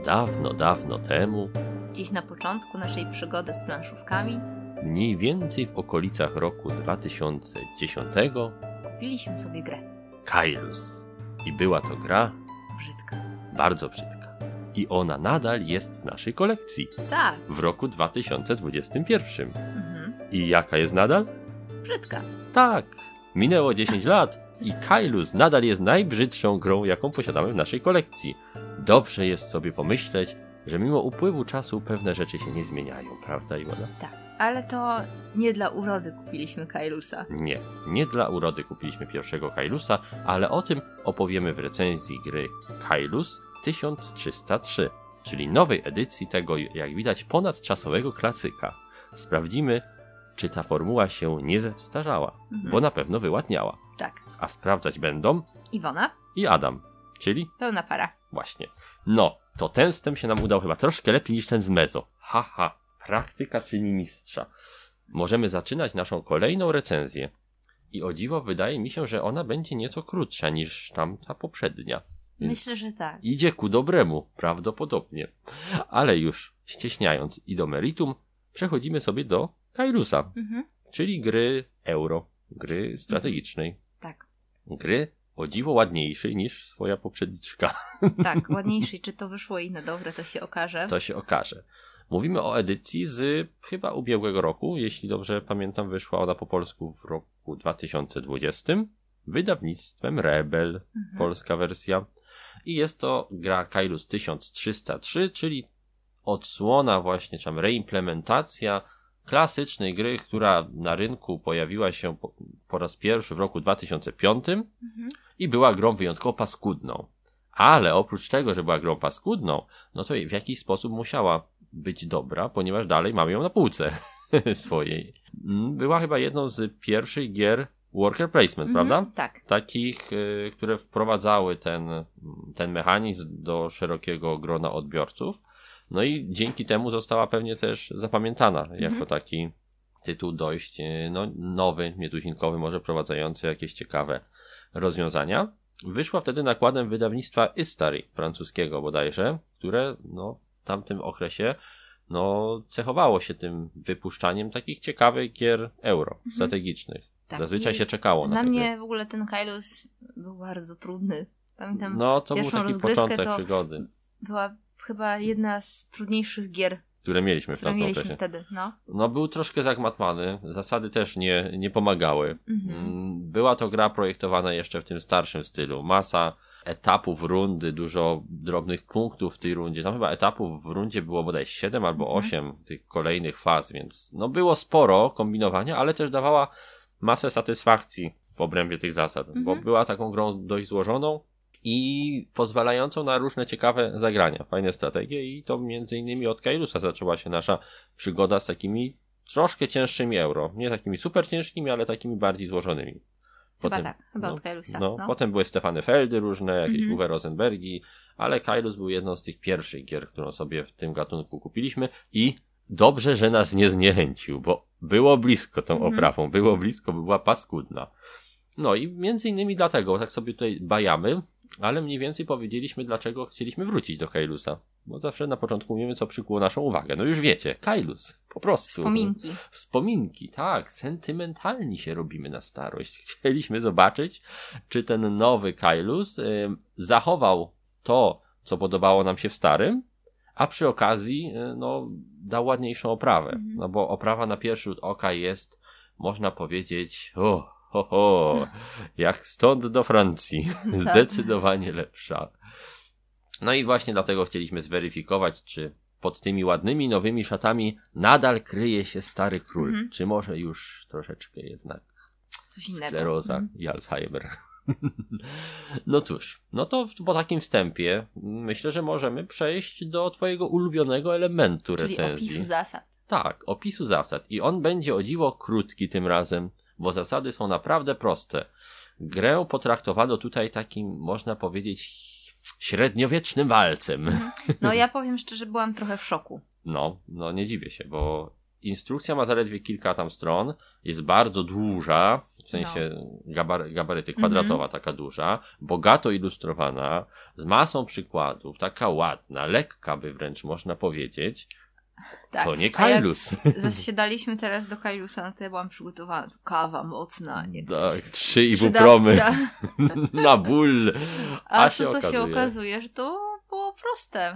Dawno, dawno temu, Dziś na początku naszej przygody z planszówkami, mniej więcej w okolicach roku 2010, kupiliśmy sobie grę. Kailus. I była to gra Brzydka. bardzo brzydka. I ona nadal jest w naszej kolekcji Tak. w roku 2021. Mhm. I jaka jest nadal? Brzydka. Tak, minęło 10 lat i Kailus nadal jest najbrzydszą grą, jaką posiadamy w naszej kolekcji. Dobrze jest sobie pomyśleć, że mimo upływu czasu pewne rzeczy się nie zmieniają, prawda Iwona? Tak. Ale to nie dla urody kupiliśmy Kailusa. Nie dla urody kupiliśmy pierwszego Kailusa, ale o tym opowiemy w recenzji gry Kailus 1303, czyli nowej edycji tego, jak widać, ponadczasowego klasyka. Sprawdzimy, czy ta formuła się nie zestarzała, bo na pewno wyładniała. Tak. A sprawdzać będą Iwona? i Adam, czyli Pełna para. właśnie. No, to ten wstęp się nam udał chyba troszkę lepiej niż ten z Mezo. Haha, praktyka czyni mistrza. Możemy zaczynać naszą kolejną recenzję. I o dziwo wydaje mi się, że ona będzie nieco krótsza niż tamta poprzednia. Więc Myślę, że tak. idzie ku dobremu, prawdopodobnie. Ale już ścieśniając i do meritum, przechodzimy sobie do Kailusa, Mhm. czyli gry euro, gry strategicznej. Tak. Gry o dziwo ładniejszej niż swoja poprzedniczka. Tak, ładniejszy. Czy to wyszło i na dobre, to się okaże. To się okaże. Mówimy o edycji z chyba ubiegłego roku, jeśli dobrze pamiętam, wyszła ona po polsku w roku 2020, wydawnictwem Rebel, polska wersja. I jest to gra Kailus 1303, czyli odsłona właśnie, czy tam reimplementacja klasycznej gry, która na rynku pojawiła się po raz pierwszy w roku 2005 i była grą wyjątkowo paskudną. Ale oprócz tego, że była grą paskudną, no to w jakiś sposób musiała być dobra, ponieważ dalej mamy ją na półce swojej. Była chyba jedną z pierwszych gier worker placement, prawda? Tak. Takich, które wprowadzały ten mechanizm do szerokiego grona odbiorców. No i dzięki temu została pewnie też zapamiętana jako taki tytuł dość nowy, nietuzinkowy, może wprowadzający jakieś ciekawe rozwiązania. Wyszła wtedy nakładem wydawnictwa Istari, francuskiego bodajże, które w tamtym okresie cechowało się tym wypuszczaniem takich ciekawych gier euro, strategicznych. Tak. Zazwyczaj się czekało na Dla te mnie gry. w ogóle ten Kailus był bardzo trudny. Pamiętam, No to był pierwszą taki rozgrywkę początek to przygody, była chyba jedna z trudniejszych gier, które mieliśmy w które tamtym mieliśmy okresie. wtedy. No. No był troszkę zagmatwany, zasady też nie pomagały. Była to gra projektowana jeszcze w tym starszym stylu. Masa etapów rundy, dużo drobnych punktów w tej rundzie. Tam chyba etapów w rundzie było bodaj 7 albo 8 tych kolejnych faz, więc było sporo kombinowania, ale też dawała masę satysfakcji w obrębie tych zasad, bo była taką grą dość złożoną i pozwalającą na różne ciekawe zagrania, fajne strategie i to między innymi od Kailusa zaczęła się nasza przygoda z takimi troszkę cięższymi euro. Nie takimi super ciężkimi, ale takimi bardziej złożonymi. Chyba od Kailusa. Potem były Stefany Feldy różne, jakieś Uwe Rosenbergi, ale Kailus był jedną z tych pierwszych gier, którą sobie w tym gatunku kupiliśmy i dobrze, że nas nie zniechęcił, bo było blisko tą oprawą, było blisko, by była paskudna. No i między innymi dlatego, tak sobie tutaj bajamy, ale mniej więcej powiedzieliśmy, dlaczego chcieliśmy wrócić do Kailusa. Bo zawsze na początku mówimy, co przykuło naszą uwagę. No już wiecie, Kailus, po prostu. Wspominki, tak, sentymentalni się robimy na starość. Chcieliśmy zobaczyć, czy ten nowy Kailus zachował to, co podobało nam się w starym, a przy okazji dał ładniejszą oprawę. No bo oprawa na pierwszy rzut oka jest, można powiedzieć, jak stąd do Francji. Zdecydowanie lepsza. No i właśnie dlatego chcieliśmy zweryfikować, czy pod tymi ładnymi, nowymi szatami nadal kryje się stary król. Czy może już troszeczkę jednak coś innego. Skleroza i Alzheimer. No cóż, no to po takim wstępie myślę, że możemy przejść do twojego ulubionego elementu recenzji. Opisu zasad. Tak, opisu zasad. I on będzie o dziwo krótki tym razem, bo zasady są naprawdę proste. Grę potraktowano tutaj takim, można powiedzieć, średniowiecznym walcem. No ja powiem szczerze, byłam trochę w szoku. No nie dziwię się, bo instrukcja ma zaledwie kilka tam stron, jest bardzo duża, w sensie gabaryty, kwadratowa, taka duża, bogato ilustrowana, z masą przykładów, taka ładna, lekka by wręcz można powiedzieć. Tak. To nie Kailus. Zasiadaliśmy teraz do Kailusa, no to ja byłam przygotowana. Kawa mocna, nie? Tak, 3,5 promy na ból. A to się okazuje, że to było proste.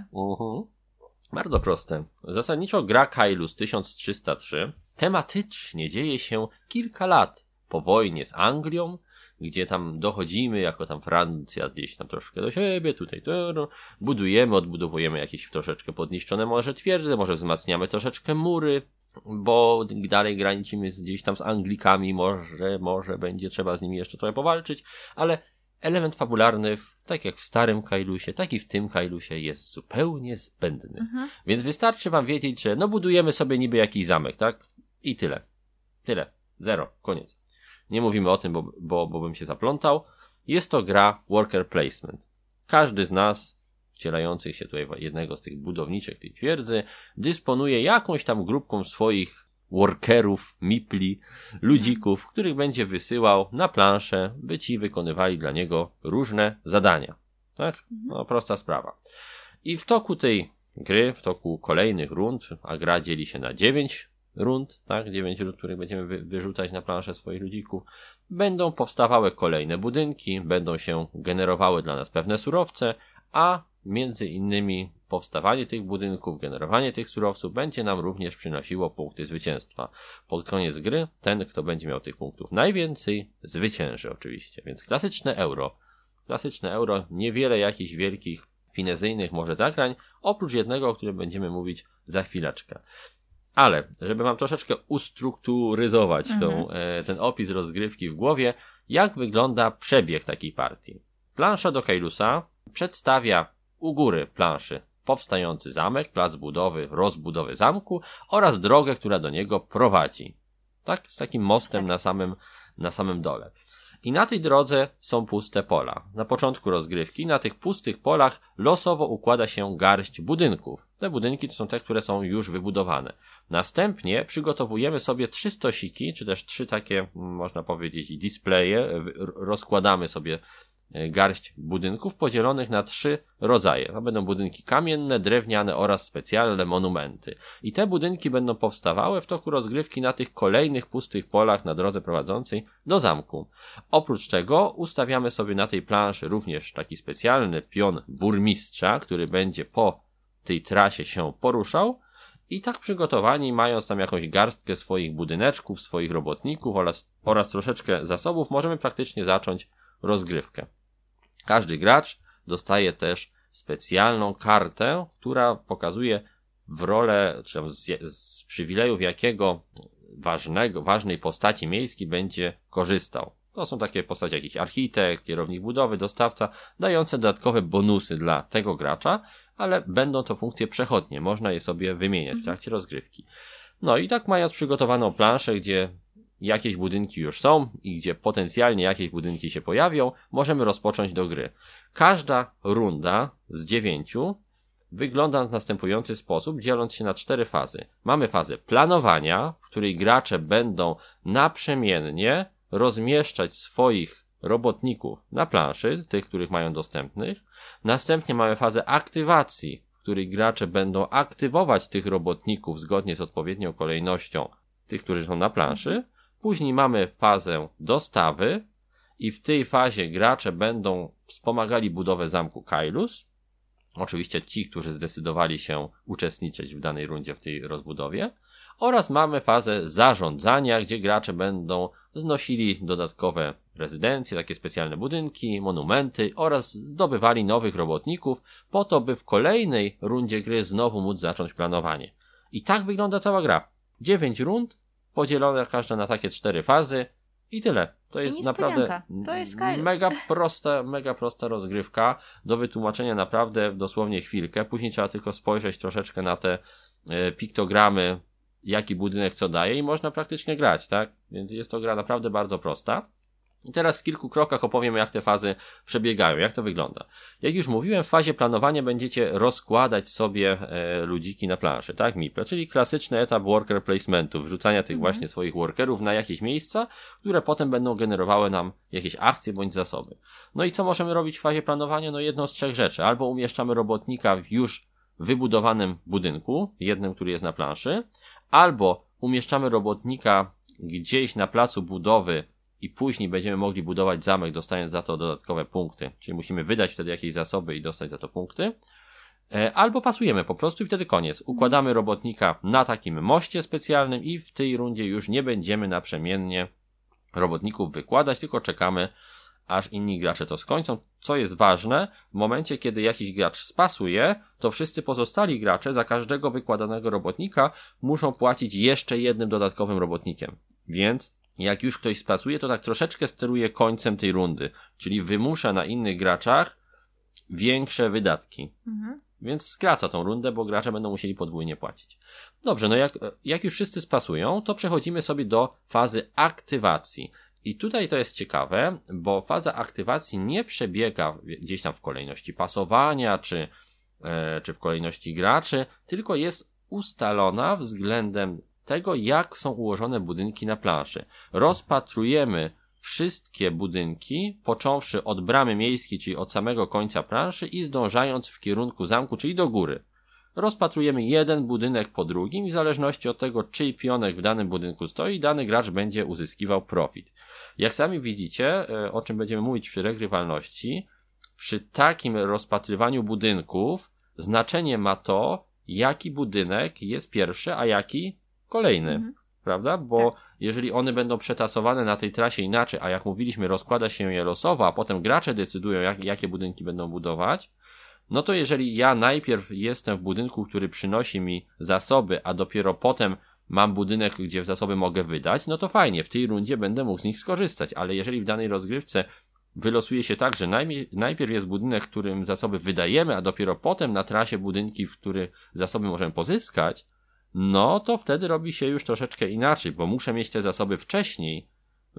Bardzo proste. Zasadniczo gra Kailus 1303 tematycznie dzieje się kilka lat po wojnie z Anglią, gdzie tam dochodzimy, jako tam Francja gdzieś tam troszkę do siebie, tutaj budujemy, odbudowujemy jakieś troszeczkę podniszczone może twierdze, może wzmacniamy troszeczkę mury, bo dalej granicimy gdzieś tam z Anglikami, może będzie trzeba z nimi jeszcze trochę powalczyć, ale element fabularny, tak jak w starym Kailusie, tak i w tym Kailusie jest zupełnie zbędny. Więc wystarczy wam wiedzieć, że budujemy sobie niby jakiś zamek, tak? I tyle. Tyle. Zero. Koniec. Nie mówimy o tym, bo bym się zaplątał. Jest to gra worker placement. Każdy z nas, wcielających się tutaj w jednego z tych budowniczek tej twierdzy, dysponuje jakąś tam grupką swoich workerów, mipli, ludzików, których będzie wysyłał na planszę, by ci wykonywali dla niego różne zadania. Tak? No, prosta sprawa. I w toku tej gry, w toku kolejnych rund, a gra dzieli się na 9 rund, tak? 9 rund, których będziemy wyrzucać na planszę swoich ludzików, będą powstawały kolejne budynki, będą się generowały dla nas pewne surowce, a między innymi powstawanie tych budynków, generowanie tych surowców będzie nam również przynosiło punkty zwycięstwa. Pod koniec gry ten, kto będzie miał tych punktów najwięcej, zwycięży oczywiście. Więc klasyczne euro, niewiele jakichś wielkich finezyjnych może zagrań, oprócz jednego, o którym będziemy mówić za chwileczkę. Ale, żeby wam troszeczkę ustrukturyzować ten opis rozgrywki w głowie, jak wygląda przebieg takiej partii. Plansza do Kailusa przedstawia u góry planszy powstający zamek, plac budowy, rozbudowy zamku oraz drogę, która do niego prowadzi. Tak? Z takim mostem na samym dole. I na tej drodze są puste pola. Na początku rozgrywki na tych pustych polach losowo układa się garść budynków. Te budynki to są te, które są już wybudowane. Następnie przygotowujemy sobie 3 stosiki, czy też 3 takie, można powiedzieć, displaye. Rozkładamy sobie garść budynków podzielonych na 3 rodzaje. To będą budynki kamienne, drewniane oraz specjalne monumenty. I te budynki będą powstawały w toku rozgrywki na tych kolejnych pustych polach na drodze prowadzącej do zamku. Oprócz czego ustawiamy sobie na tej planszy również taki specjalny pion burmistrza, który będzie po tej trasie się poruszał. I tak przygotowani, mając tam jakąś garstkę swoich budyneczków, swoich robotników oraz troszeczkę zasobów, możemy praktycznie zacząć rozgrywkę. Każdy gracz dostaje też specjalną kartę, która pokazuje w rolę, czy z przywilejów jakiego ważnej postaci miejskiej będzie korzystał. To są takie postacie jak jakiś architekt, kierownik budowy, dostawca, dające dodatkowe bonusy dla tego gracza, ale będą to funkcje przechodnie, można je sobie wymieniać w trakcie rozgrywki. No i tak mając przygotowaną planszę, gdzie jakieś budynki już są i gdzie potencjalnie jakieś budynki się pojawią, możemy rozpocząć do gry. Każda runda z 9 wygląda w następujący sposób, dzieląc się na 4 fazy. Mamy fazę planowania, w której gracze będą naprzemiennie rozmieszczać swoich robotników na planszy, tych, których mają dostępnych. Następnie mamy fazę aktywacji, w której gracze będą aktywować tych robotników zgodnie z odpowiednią kolejnością tych, którzy są na planszy. Później mamy fazę dostawy i w tej fazie gracze będą wspomagali budowę zamku Kailus. Oczywiście ci, którzy zdecydowali się uczestniczyć w danej rundzie w tej rozbudowie. Oraz mamy fazę zarządzania, gdzie gracze będą znosili dodatkowe rezydencje, takie specjalne budynki, monumenty oraz zdobywali nowych robotników po to, by w kolejnej rundzie gry znowu móc zacząć planowanie. I tak wygląda cała gra. 9 rund, podzielone każda na takie 4 fazy i tyle. To jest naprawdę to jest mega prosta rozgrywka. Do wytłumaczenia naprawdę dosłownie chwilkę. Później trzeba tylko spojrzeć troszeczkę na te piktogramy, jaki budynek co daje i można praktycznie grać, tak? Więc jest to gra naprawdę bardzo prosta. I teraz w kilku krokach opowiem, jak te fazy przebiegają, jak to wygląda. Jak już mówiłem, w fazie planowania będziecie rozkładać sobie ludziki na planszy, tak, Meeple, czyli klasyczny etap worker placementu, wrzucania tych właśnie swoich workerów na jakieś miejsca, które potem będą generowały nam jakieś akcje bądź zasoby. No i co możemy robić w fazie planowania? No jedną z trzech rzeczy. Albo umieszczamy robotnika w już wybudowanym budynku, jednym, który jest na planszy, albo umieszczamy robotnika gdzieś na placu budowy i później będziemy mogli budować zamek, dostając za to dodatkowe punkty. Czyli musimy wydać wtedy jakieś zasoby i dostać za to punkty. Albo pasujemy po prostu i wtedy koniec. Układamy robotnika na takim moście specjalnym i w tej rundzie już nie będziemy naprzemiennie robotników wykładać, tylko czekamy, aż inni gracze to skończą. Co jest ważne, w momencie, kiedy jakiś gracz spasuje, to wszyscy pozostali gracze za każdego wykładanego robotnika muszą płacić jeszcze jednym dodatkowym robotnikiem. Więc jak już ktoś spasuje, to tak troszeczkę steruje końcem tej rundy, czyli wymusza na innych graczach większe wydatki. Więc skraca tą rundę, bo gracze będą musieli podwójnie płacić. Dobrze, no jak już wszyscy spasują, to przechodzimy sobie do fazy aktywacji. I tutaj to jest ciekawe, bo faza aktywacji nie przebiega gdzieś tam w kolejności pasowania, czy w kolejności graczy, tylko jest ustalona względem tego, jak są ułożone budynki na planszy. Rozpatrujemy wszystkie budynki, począwszy od bramy miejskiej, czyli od samego końca planszy i zdążając w kierunku zamku, czyli do góry. Rozpatrujemy jeden budynek po drugim i w zależności od tego, czyj pionek w danym budynku stoi, dany gracz będzie uzyskiwał profit. Jak sami widzicie, o czym będziemy mówić przy regrywalności, przy takim rozpatrywaniu budynków znaczenie ma to, jaki budynek jest pierwszy, a jaki kolejny. Prawda? Bo jeżeli one będą przetasowane na tej trasie inaczej, a jak mówiliśmy, rozkłada się je losowo, a potem gracze decydują, jakie budynki będą budować, no to jeżeli ja najpierw jestem w budynku, który przynosi mi zasoby, a dopiero potem mam budynek, gdzie w zasoby mogę wydać, no to fajnie, w tej rundzie będę mógł z nich skorzystać, ale jeżeli w danej rozgrywce wylosuje się tak, że najpierw jest budynek, w którym zasoby wydajemy, a dopiero potem na trasie budynki, w których zasoby możemy pozyskać, no to wtedy robi się już troszeczkę inaczej, bo muszę mieć te zasoby wcześniej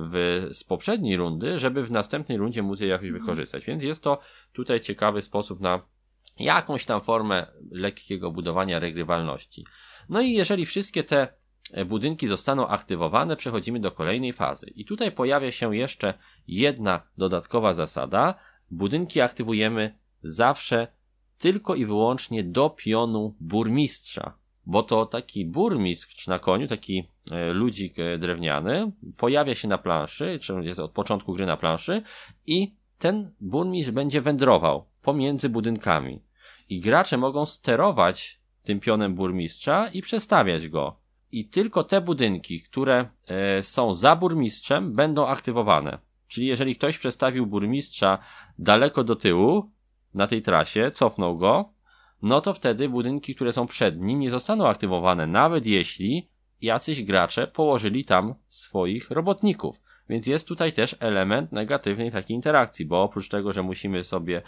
z poprzedniej rundy, żeby w następnej rundzie móc je jakoś wykorzystać. Więc jest to tutaj ciekawy sposób na jakąś tam formę lekkiego budowania regrywalności. No i jeżeli wszystkie te budynki zostaną aktywowane, przechodzimy do kolejnej fazy. I tutaj pojawia się jeszcze jedna dodatkowa zasada. Budynki aktywujemy zawsze tylko i wyłącznie do pionu burmistrza. Bo to taki burmistrz na koniu, taki ludzik drewniany, pojawia się na planszy, czy jest od początku gry na planszy i ten burmistrz będzie wędrował pomiędzy budynkami. I gracze mogą sterować tym pionem burmistrza i przestawiać go. I tylko te budynki, które są za burmistrzem, będą aktywowane. Czyli jeżeli ktoś przestawił burmistrza daleko do tyłu na tej trasie, cofnął go, no to wtedy budynki, które są przed nim, nie zostaną aktywowane, nawet jeśli jacyś gracze położyli tam swoich robotników. Więc jest tutaj też element negatywnej takiej interakcji, bo oprócz tego, że musimy sobie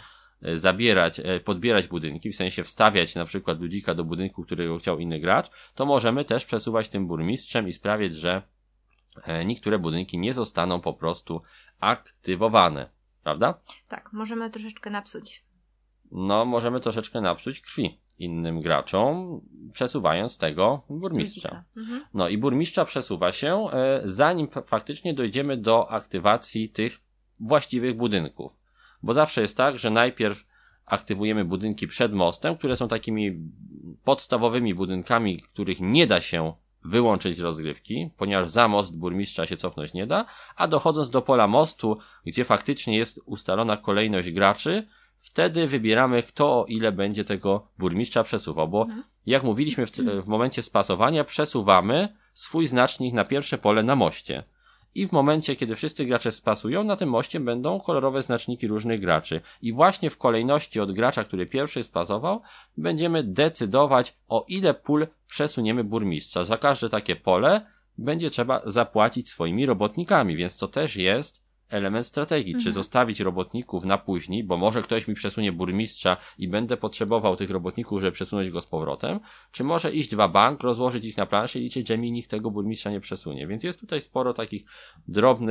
podbierać budynki, w sensie wstawiać na przykład ludzika do budynku, którego chciał inny gracz, to możemy też przesuwać tym burmistrzem i sprawiać, że niektóre budynki nie zostaną po prostu aktywowane. Prawda? Tak, możemy troszeczkę napsuć. No, możemy troszeczkę napsuć krwi innym graczom, przesuwając tego burmistrza. No i burmistrza przesuwa się, zanim faktycznie dojdziemy do aktywacji tych właściwych budynków. Bo zawsze jest tak, że najpierw aktywujemy budynki przed mostem, które są takimi podstawowymi budynkami, których nie da się wyłączyć z rozgrywki, ponieważ za most burmistrza się cofnąć nie da, a dochodząc do pola mostu, gdzie faktycznie jest ustalona kolejność graczy, wtedy wybieramy, kto o ile będzie tego burmistrza przesuwał, bo jak mówiliśmy w momencie spasowania, przesuwamy swój znacznik na pierwsze pole na moście. I w momencie, kiedy wszyscy gracze spasują, na tym moście będą kolorowe znaczniki różnych graczy. I właśnie w kolejności od gracza, który pierwszy spasował, będziemy decydować, o ile pól przesuniemy burmistrza. Za każde takie pole będzie trzeba zapłacić swoimi robotnikami, więc to też jest element strategii. Czy zostawić robotników na później, bo może ktoś mi przesunie burmistrza i będę potrzebował tych robotników, żeby przesunąć go z powrotem, czy może iść w bank, rozłożyć ich na planszy i liczyć, że mi nikt tego burmistrza nie przesunie. Więc jest tutaj sporo takich drobnych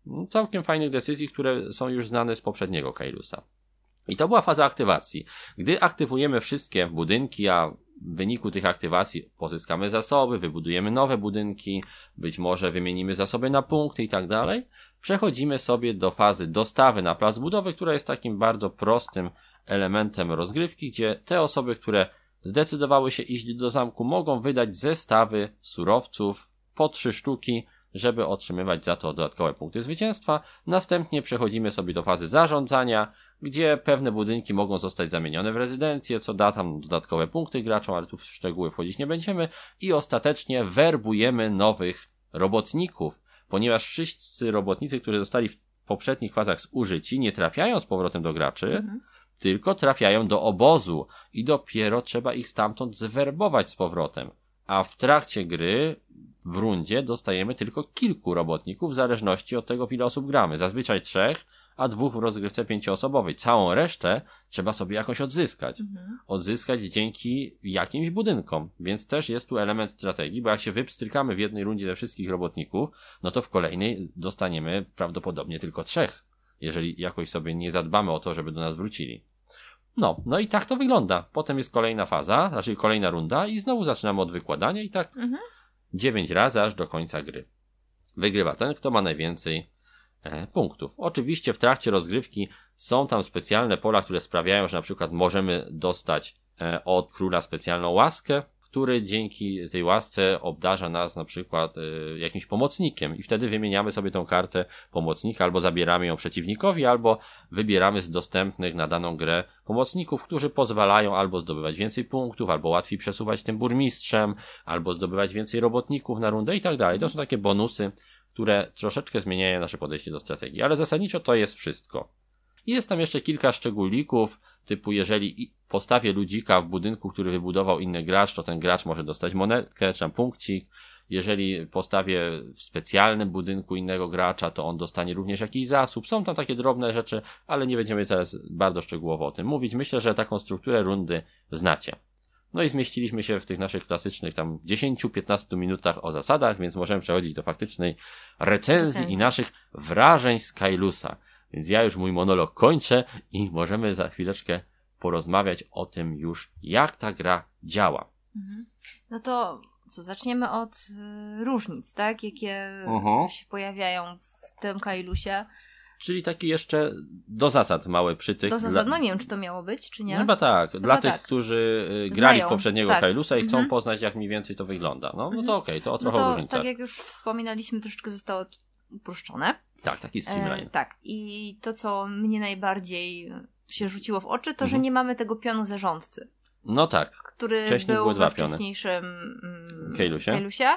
całkiem fajnych decyzji, które są już znane z poprzedniego Kailusa. I to była faza aktywacji. Gdy aktywujemy wszystkie budynki, a w wyniku tych aktywacji pozyskamy zasoby, wybudujemy nowe budynki, być może wymienimy zasoby na punkty i tak dalej, przechodzimy sobie do fazy dostawy na plac budowy, która jest takim bardzo prostym elementem rozgrywki, gdzie te osoby, które zdecydowały się iść do zamku, mogą wydać zestawy surowców po 3 sztuki, żeby otrzymywać za to dodatkowe punkty zwycięstwa. Następnie przechodzimy sobie do fazy zarządzania, gdzie pewne budynki mogą zostać zamienione w rezydencje, co da tam dodatkowe punkty graczom, ale tu w szczegóły wchodzić nie będziemy. I ostatecznie werbujemy nowych robotników, ponieważ wszyscy robotnicy, którzy zostali w poprzednich fazach zużyci, nie trafiają z powrotem do graczy, tylko trafiają do obozu i dopiero trzeba ich stamtąd zwerbować z powrotem. A w trakcie gry w rundzie dostajemy tylko kilku robotników w zależności od tego, w ile osób gramy. Zazwyczaj 3, a 2 w rozgrywce 5-osobowej. Całą resztę trzeba sobie jakoś odzyskać. Odzyskać dzięki jakimś budynkom. Więc też jest tu element strategii, bo jak się wypstrykamy w jednej rundzie ze wszystkich robotników, no to w kolejnej dostaniemy prawdopodobnie tylko 3. Jeżeli jakoś sobie nie zadbamy o to, żeby do nas wrócili. No i tak to wygląda. Potem jest kolejna faza, znaczy kolejna runda i znowu zaczynamy od wykładania i tak 9 razy aż do końca gry. Wygrywa ten, kto ma najwięcej punktów. Oczywiście w trakcie rozgrywki są tam specjalne pola, które sprawiają, że na przykład możemy dostać od króla specjalną łaskę, który dzięki tej łasce obdarza nas na przykład jakimś pomocnikiem i wtedy wymieniamy sobie tą kartę pomocnika, albo zabieramy ją przeciwnikowi, albo wybieramy z dostępnych na daną grę pomocników, którzy pozwalają albo zdobywać więcej punktów, albo łatwiej przesuwać tym burmistrzem, albo zdobywać więcej robotników na rundę i tak dalej. To są takie bonusy, które troszeczkę zmieniają nasze podejście do strategii, ale zasadniczo to jest wszystko. I jest tam jeszcze kilka szczególików, typu jeżeli postawię ludzika w budynku, który wybudował inny gracz, to ten gracz może dostać monetkę czy tam punkcik. Jeżeli postawię w specjalnym budynku innego gracza, to on dostanie również jakiś zasób. Są tam takie drobne rzeczy, ale nie będziemy teraz bardzo szczegółowo o tym mówić. Myślę, że taką strukturę rundy znacie. No i zmieściliśmy się w tych naszych klasycznych tam 10-15 minutach o zasadach, więc możemy przechodzić do faktycznej recenzji i naszych wrażeń z Kailusa. Więc ja już mój monolog kończę i możemy za chwileczkę porozmawiać o tym już, jak ta gra działa. No to co, zaczniemy od różnic, tak? Jakie się pojawiają w tym Kailusie. Czyli taki jeszcze do zasad mały przytyk. Do zasad, no nie wiem, czy to miało być, czy nie? Chyba tak. Dla tych, którzy grali w poprzedniego Kailusa i chcą poznać, jak mniej więcej to wygląda. No to okej, to trochę o różnicach. Tak jak już wspominaliśmy, troszeczkę zostało uproszczone. Tak, taki streamline. Tak. I to, co mnie najbardziej się rzuciło w oczy, to, że nie mamy tego pionu zarządcy. No tak. Który był we wcześniejszym Kailusie.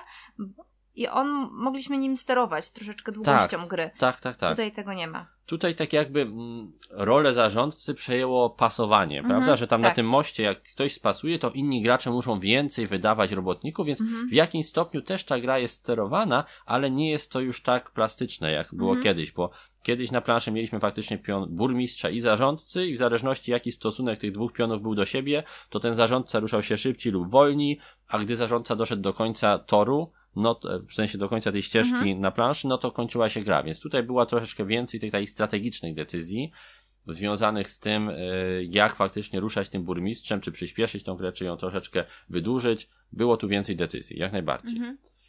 I mogliśmy nim sterować troszeczkę długością gry. Tak. Tutaj tego nie ma. Tutaj tak jakby rolę zarządcy przejęło pasowanie, prawda? Że tam na tym moście, jak ktoś spasuje, to inni gracze muszą więcej wydawać robotników, więc w jakimś stopniu też ta gra jest sterowana, ale nie jest to już tak plastyczne, jak było kiedyś, bo kiedyś na planszy mieliśmy faktycznie pion burmistrza i zarządcy i w zależności jaki stosunek tych 2 pionów był do siebie, to ten zarządca ruszał się szybciej lub wolniej, a gdy zarządca doszedł do końca toru, no w sensie do końca tej ścieżki na planszy, no to kończyła się gra, więc tutaj była troszeczkę więcej tych takich strategicznych decyzji związanych z tym, jak faktycznie ruszać tym burmistrzem, czy przyspieszyć tą grę, czy ją troszeczkę wydłużyć. Było tu więcej decyzji, jak najbardziej.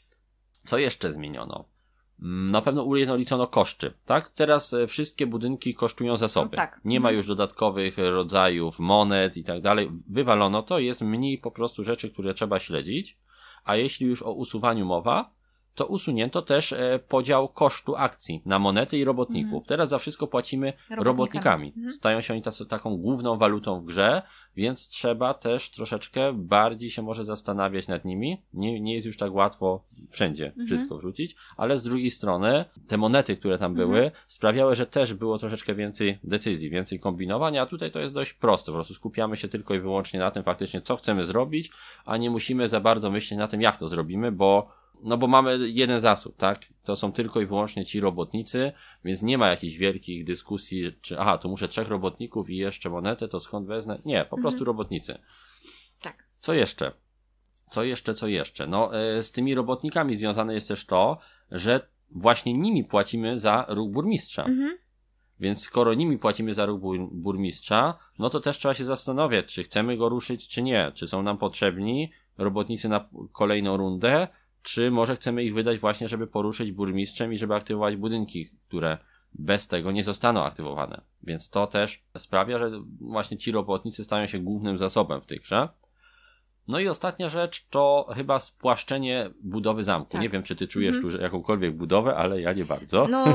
Co jeszcze zmieniono? Na pewno ujednolicono koszty, tak? Teraz wszystkie budynki kosztują zasoby. Nie ma już dodatkowych rodzajów monet i tak dalej. Wywalono to, jest mniej po prostu rzeczy, które trzeba śledzić. A jeśli już o usuwaniu mowa, to usunięto też podział kosztu akcji na monety i robotników. Teraz za wszystko płacimy robotnikami. Stają się oni taką główną walutą w grze, więc trzeba też troszeczkę bardziej się może zastanawiać nad nimi. Nie jest już tak łatwo wszędzie wszystko wrzucić, ale z drugiej strony te monety, które tam były, sprawiały, że też było troszeczkę więcej decyzji, więcej kombinowania, a tutaj to jest dość proste. Po prostu skupiamy się tylko i wyłącznie na tym faktycznie, co chcemy zrobić, a nie musimy za bardzo myśleć na tym, jak to zrobimy, bo mamy jeden zasób, tak? To są tylko i wyłącznie ci robotnicy, więc nie ma jakichś wielkich dyskusji, czy to muszę 3 robotników i jeszcze monetę, to skąd wezmę? Nie, po prostu robotnicy. Tak. Co jeszcze? No, z tymi robotnikami związane jest też to, że właśnie nimi płacimy za ruch burmistrza. Więc skoro nimi płacimy za ruch burmistrza, no to też trzeba się zastanawiać, czy chcemy go ruszyć, czy nie. Czy są nam potrzebni robotnicy na kolejną rundę, czy może chcemy ich wydać właśnie, żeby poruszyć burmistrzem i żeby aktywować budynki, które bez tego nie zostaną aktywowane. Więc to też sprawia, że właśnie ci robotnicy stają się głównym zasobem w tej grze. No i ostatnia rzecz to chyba spłaszczenie budowy zamku. Tak. Nie wiem, czy ty czujesz tu jakąkolwiek budowę, ale ja nie bardzo. No,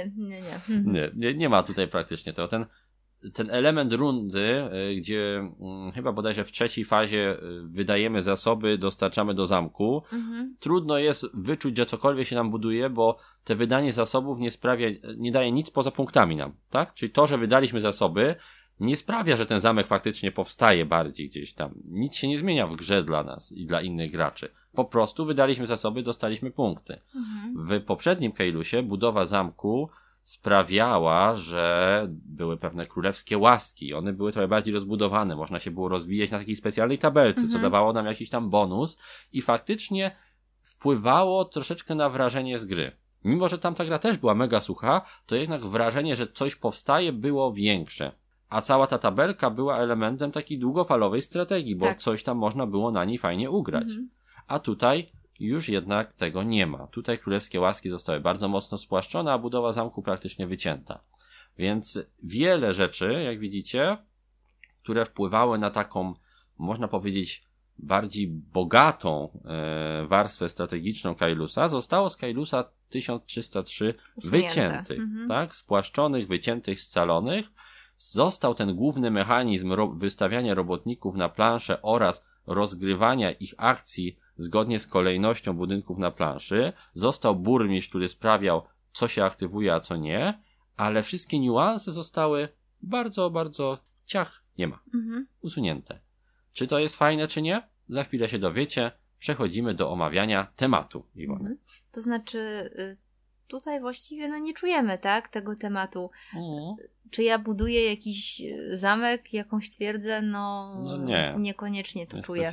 nie ma tutaj praktycznie tego. Ten element rundy, gdzie chyba bodajże w trzeciej fazie wydajemy zasoby, dostarczamy do zamku. Trudno jest wyczuć, że cokolwiek się nam buduje, bo te wydanie zasobów nie daje nic poza punktami nam, tak? Czyli to, że wydaliśmy zasoby, nie sprawia, że ten zamek faktycznie powstaje bardziej gdzieś tam. Nic się nie zmienia w grze dla nas i dla innych graczy. Po prostu wydaliśmy zasoby, dostaliśmy punkty. W poprzednim Keilusie budowa zamku sprawiała, że były pewne królewskie łaski. One były trochę bardziej rozbudowane. Można się było rozwijać na takiej specjalnej tabelce, co dawało nam jakiś tam bonus i faktycznie wpływało troszeczkę na wrażenie z gry. Mimo, że tamta gra też była mega sucha, to jednak wrażenie, że coś powstaje, było większe. A cała ta tabelka była elementem takiej długofalowej strategii, bo coś tam można było na niej fajnie ugrać. A tutaj już jednak tego nie ma. Tutaj królewskie łaski zostały bardzo mocno spłaszczone, a budowa zamku praktycznie wycięta. Więc wiele rzeczy, jak widzicie, które wpływały na taką, można powiedzieć, bardziej bogatą warstwę strategiczną Keilusa, zostało z Keilusa 1303 wyciętych, tak? Spłaszczonych, wyciętych, scalonych. Został ten główny mechanizm wystawiania robotników na planszę oraz rozgrywania ich akcji zgodnie z kolejnością budynków na planszy. Został burmistrz, który sprawiał, co się aktywuje, a co nie, ale wszystkie niuanse zostały bardzo, bardzo nie ma. Usunięte. Czy to jest fajne, czy nie? Za chwilę się dowiecie. Przechodzimy do omawiania tematu, Iwona. To znaczy, tutaj właściwie nie czujemy, tak, tego tematu. Czy ja buduję jakiś zamek, jakąś twierdzę? Nie. Niekoniecznie to czuję.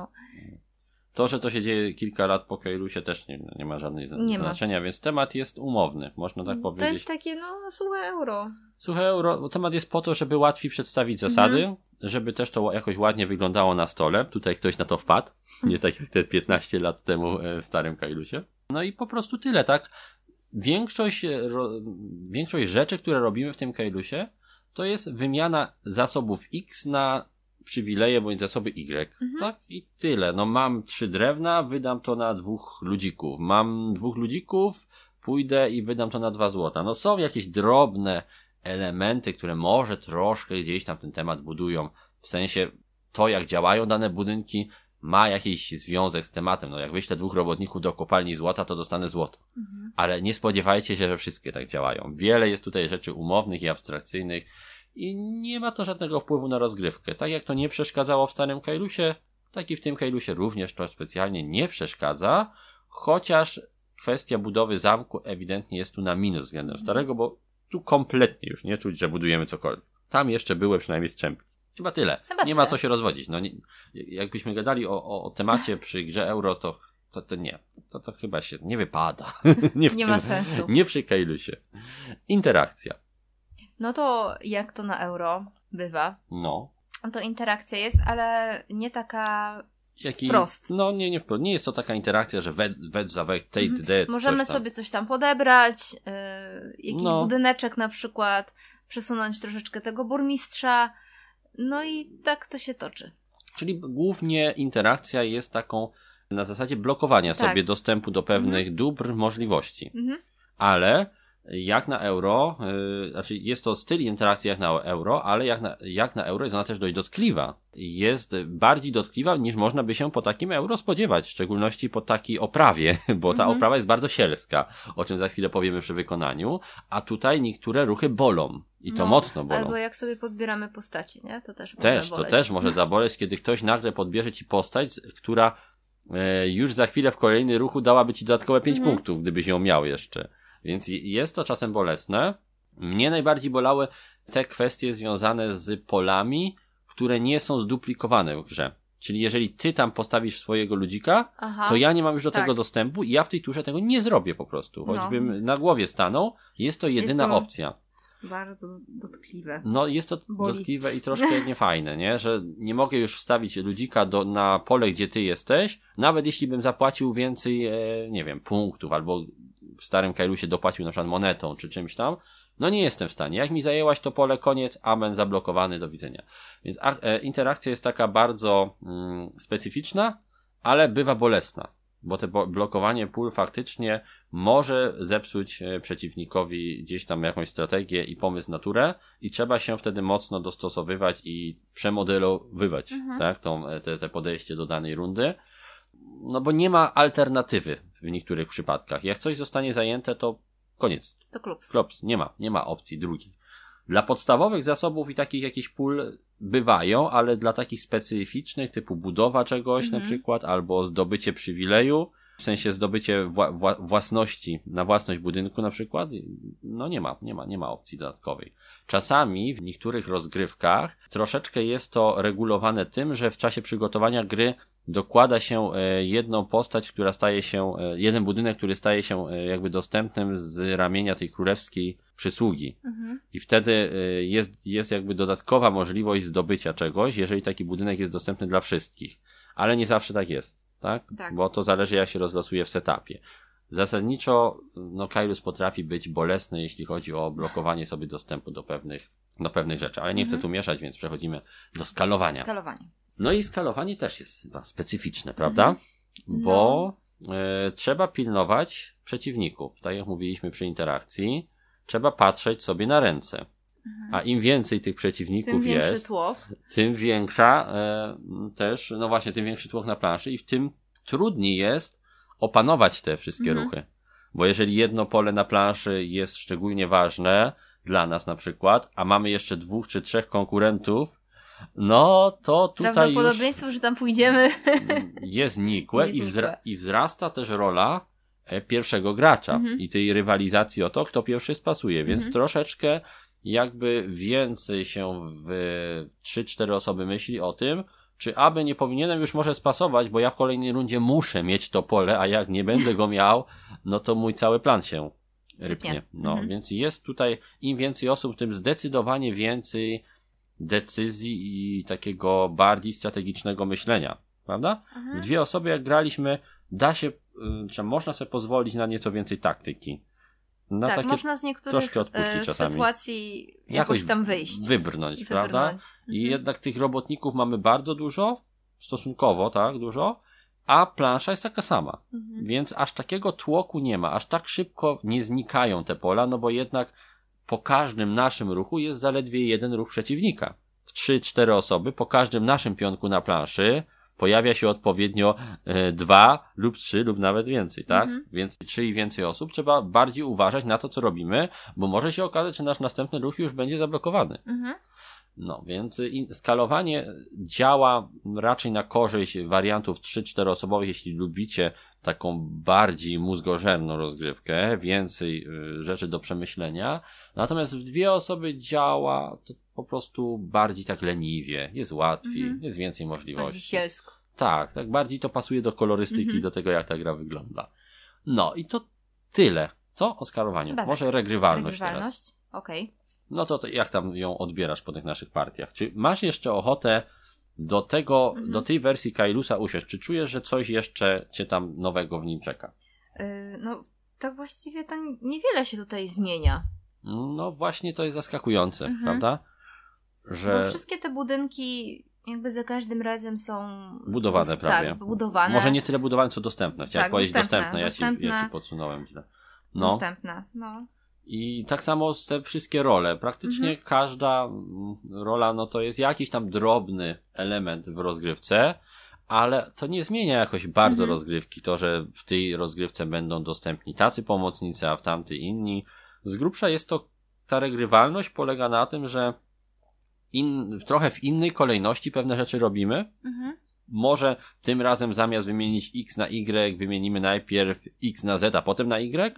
To, że to się dzieje kilka lat po Keilusie też nie ma żadnego znaczenia, więc temat jest umowny, można tak powiedzieć. To jest takie, suche euro. Suche euro, temat jest po to, żeby łatwiej przedstawić zasady, żeby też to jakoś ładnie wyglądało na stole. Tutaj ktoś na to wpadł, nie tak jak te 15 lat temu w starym Keilusie. No i po prostu tyle, tak? Większość rzeczy, które robimy w tym Keilusie, to jest wymiana zasobów X na przywileje bądź zasoby Y, tak? I tyle. Mam 3 drewna, wydam to na 2 ludzików. Mam 2 ludzików, pójdę i wydam to na 2 złota. Są jakieś drobne elementy, które może troszkę gdzieś tam ten temat budują. W sensie to, jak działają dane budynki, ma jakiś związek z tematem. Jak wyślę 2 robotników do kopalni złota, to dostanę złoto. Ale nie spodziewajcie się, że wszystkie tak działają. Wiele jest tutaj rzeczy umownych i abstrakcyjnych i nie ma to żadnego wpływu na rozgrywkę. Tak jak to nie przeszkadzało w starym Keilusie, tak i w tym Keilusie również to specjalnie nie przeszkadza, chociaż kwestia budowy zamku ewidentnie jest tu na minus względem starego, bo tu kompletnie już nie czuć, że budujemy cokolwiek. Tam jeszcze były przynajmniej strzępki. Chyba tyle. Nie ma co się rozwodzić. Jakbyśmy gadali o temacie przy grze euro, to nie. To chyba się nie wypada. Nie ma sensu. Nie przy Keilusie. Interakcja. To jak to na euro bywa? To interakcja jest, ale nie taka wprost. Nie wprost. Nie jest to taka interakcja, że wed za wed, take dead. Możemy sobie coś tam podebrać, jakiś budyneczek na przykład, przesunąć troszeczkę tego burmistrza, i tak to się toczy. Czyli głównie interakcja jest taką na zasadzie blokowania sobie dostępu do pewnych dóbr, możliwości. Ale jak na euro, jest to styl interakcji jak na euro, ale jak na euro jest ona też dość dotkliwa. Jest bardziej dotkliwa niż można by się po takim euro spodziewać, w szczególności po takiej oprawie, bo ta oprawa jest bardzo sielska, o czym za chwilę powiemy przy wykonaniu, a tutaj niektóre ruchy bolą. I to mocno bolą. Albo jak sobie podbieramy postacie, nie? To też to też może zaboleć, kiedy ktoś nagle podbierze ci postać, która już za chwilę w kolejny ruchu dałaby ci dodatkowe 5 punktów, gdybyś ją miał jeszcze. Więc jest to czasem bolesne. Mnie najbardziej bolały te kwestie związane z polami, które nie są zduplikowane w grze. Czyli jeżeli ty tam postawisz swojego ludzika, to ja nie mam już do tego dostępu i ja w tej turze tego nie zrobię po prostu. Choćbym na głowie stanął, jest to jedyna opcja. Bardzo dotkliwe. No jest to dotkliwe i troszkę niefajne, nie? Że nie mogę już wstawić ludzika na pole, gdzie ty jesteś, nawet jeśli bym zapłacił więcej, nie wiem, punktów, albo w starym Kailusie dopłacił na przykład monetą, czy czymś tam, no nie jestem w stanie. Jak mi zajęłaś to pole, koniec, amen, zablokowany, do widzenia. Więc interakcja jest taka bardzo specyficzna, ale bywa bolesna, bo te blokowanie pól faktycznie może zepsuć przeciwnikowi gdzieś tam jakąś strategię i pomysł na turę i trzeba się wtedy mocno dostosowywać i przemodelowywać, tak, te podejście do danej rundy. No bo nie ma alternatywy w niektórych przypadkach. Jak coś zostanie zajęte, to koniec. To klops. Nie ma opcji drugiej. Dla podstawowych zasobów i takich jakichś pól bywają, ale dla takich specyficznych, typu budowa czegoś na przykład, albo zdobycie przywileju, w sensie zdobycie własności, na własność budynku na przykład, no nie ma opcji dodatkowej. Czasami w niektórych rozgrywkach troszeczkę jest to regulowane tym, że w czasie przygotowania gry dokłada się jedną postać, która staje się, jeden budynek, który staje się jakby dostępnym z ramienia tej królewskiej przysługi. I wtedy jest jakby dodatkowa możliwość zdobycia czegoś, jeżeli taki budynek jest dostępny dla wszystkich. Ale nie zawsze tak jest, tak? Bo to zależy, jak się rozlosuje w setupie. Zasadniczo, no Kailus potrafi być bolesny, jeśli chodzi o blokowanie sobie dostępu do pewnych rzeczy. Ale nie chcę tu mieszać, więc przechodzimy do skalowania. No i skalowanie też jest chyba specyficzne, prawda? Bo trzeba pilnować przeciwników. Tak jak mówiliśmy przy interakcji, trzeba patrzeć sobie na ręce. A im więcej tych przeciwników jest, tym większa też, no właśnie, tym większy tłok na planszy i w tym trudniej jest opanować te wszystkie ruchy. Bo jeżeli jedno pole na planszy jest szczególnie ważne dla nas na przykład, a mamy jeszcze 2 czy 3 konkurentów, no to tutaj prawdopodobieństwo, że tam pójdziemy jest nikłe i wzrasta też rola pierwszego gracza i tej rywalizacji o to, kto pierwszy spasuje, więc troszeczkę jakby więcej się w 3-4 osoby myśli o tym, czy aby nie powinienem już może spasować, bo ja w kolejnej rundzie muszę mieć to pole, a jak nie będę go miał, no to mój cały plan się rypnie. No, więc jest tutaj im więcej osób, tym zdecydowanie więcej decyzji i takiego bardziej strategicznego myślenia, prawda? W 2 osoby jak graliśmy, można sobie pozwolić na nieco więcej taktyki. Tak, można z niektórych sytuacji jakoś tam wyjść. Wybrnąć, prawda? I jednak tych robotników mamy bardzo dużo, stosunkowo, tak, dużo, a plansza jest taka sama. Więc aż takiego tłoku nie ma, aż tak szybko nie znikają te pola, no bo jednak po każdym naszym ruchu jest zaledwie jeden ruch przeciwnika. W 3-4 osoby, po każdym naszym pionku na planszy pojawia się odpowiednio 2 lub 3 lub nawet więcej, tak? Więc 3 i więcej osób trzeba bardziej uważać na to, co robimy, bo może się okazać, że nasz następny ruch już będzie zablokowany. No, więc skalowanie działa raczej na korzyść wariantów 3-4 osobowych, jeśli lubicie taką bardziej mózgożerną rozgrywkę, więcej rzeczy do przemyślenia. Natomiast w 2 osoby działa to po prostu bardziej tak leniwie, jest łatwiej, jest więcej możliwości. Bardziej sielsko. Tak, bardziej to pasuje do kolorystyki, do tego, jak ta gra wygląda. No i to tyle. Co o skalowaniu? Tak. Może regrywalność teraz. Okej. No to jak tam ją odbierasz po tych naszych partiach? Czy masz jeszcze ochotę do tego, do tej wersji Kailusa usiąść? Czy czujesz, że coś jeszcze cię tam nowego w nim czeka? No, tak właściwie to niewiele się tutaj zmienia. No właśnie to jest zaskakujące, prawda? Że bo wszystkie te budynki jakby za każdym razem są budowane prawie. Tak, budowane. Może nie tyle budowane, co dostępne. Chciałem powiedzieć dostępne. Ja ci podsunąłem źle. No. Dostępne, no. I tak samo te wszystkie role. Praktycznie każda rola, no to jest jakiś tam drobny element w rozgrywce, ale to nie zmienia jakoś bardzo rozgrywki. To, że w tej rozgrywce będą dostępni tacy pomocnicy, a w tamtej inni. Z grubsza jest to, ta regrywalność polega na tym, że trochę w innej kolejności pewne rzeczy robimy. Może tym razem zamiast wymienić X na Y, wymienimy najpierw X na Z, a potem na Y.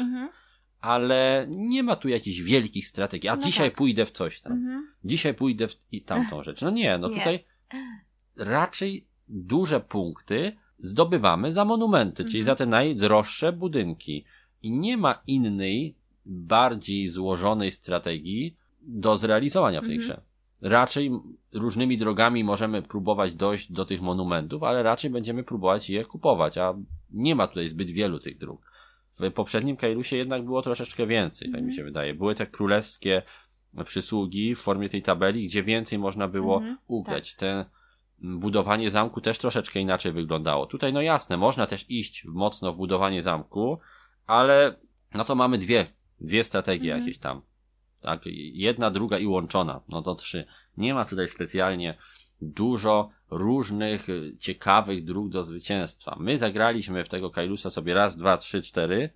Ale nie ma tu jakichś wielkich strategii. A dzisiaj pójdę w coś tam. Dzisiaj pójdę w tamtą rzecz. No nie, tutaj raczej duże punkty zdobywamy za monumenty, czyli za te najdroższe budynki. I nie ma innej, bardziej złożonej strategii do zrealizowania w tej grze. Raczej różnymi drogami możemy próbować dojść do tych monumentów, ale raczej będziemy próbować je kupować, a nie ma tutaj zbyt wielu tych dróg. W poprzednim Kailusie jednak było troszeczkę więcej, tak mi się wydaje. Były te królewskie przysługi w formie tej tabeli, gdzie więcej można było ugrać. Tak. Te budowanie zamku też troszeczkę inaczej wyglądało. Tutaj no jasne, można też iść mocno w budowanie zamku, ale no to mamy dwie strategie jakieś tam. Tak, jedna, druga i łączona. No to 3. Nie ma tutaj specjalnie dużo różnych ciekawych dróg do zwycięstwa. My zagraliśmy w tego Kailusa sobie 1, 2, 3, 4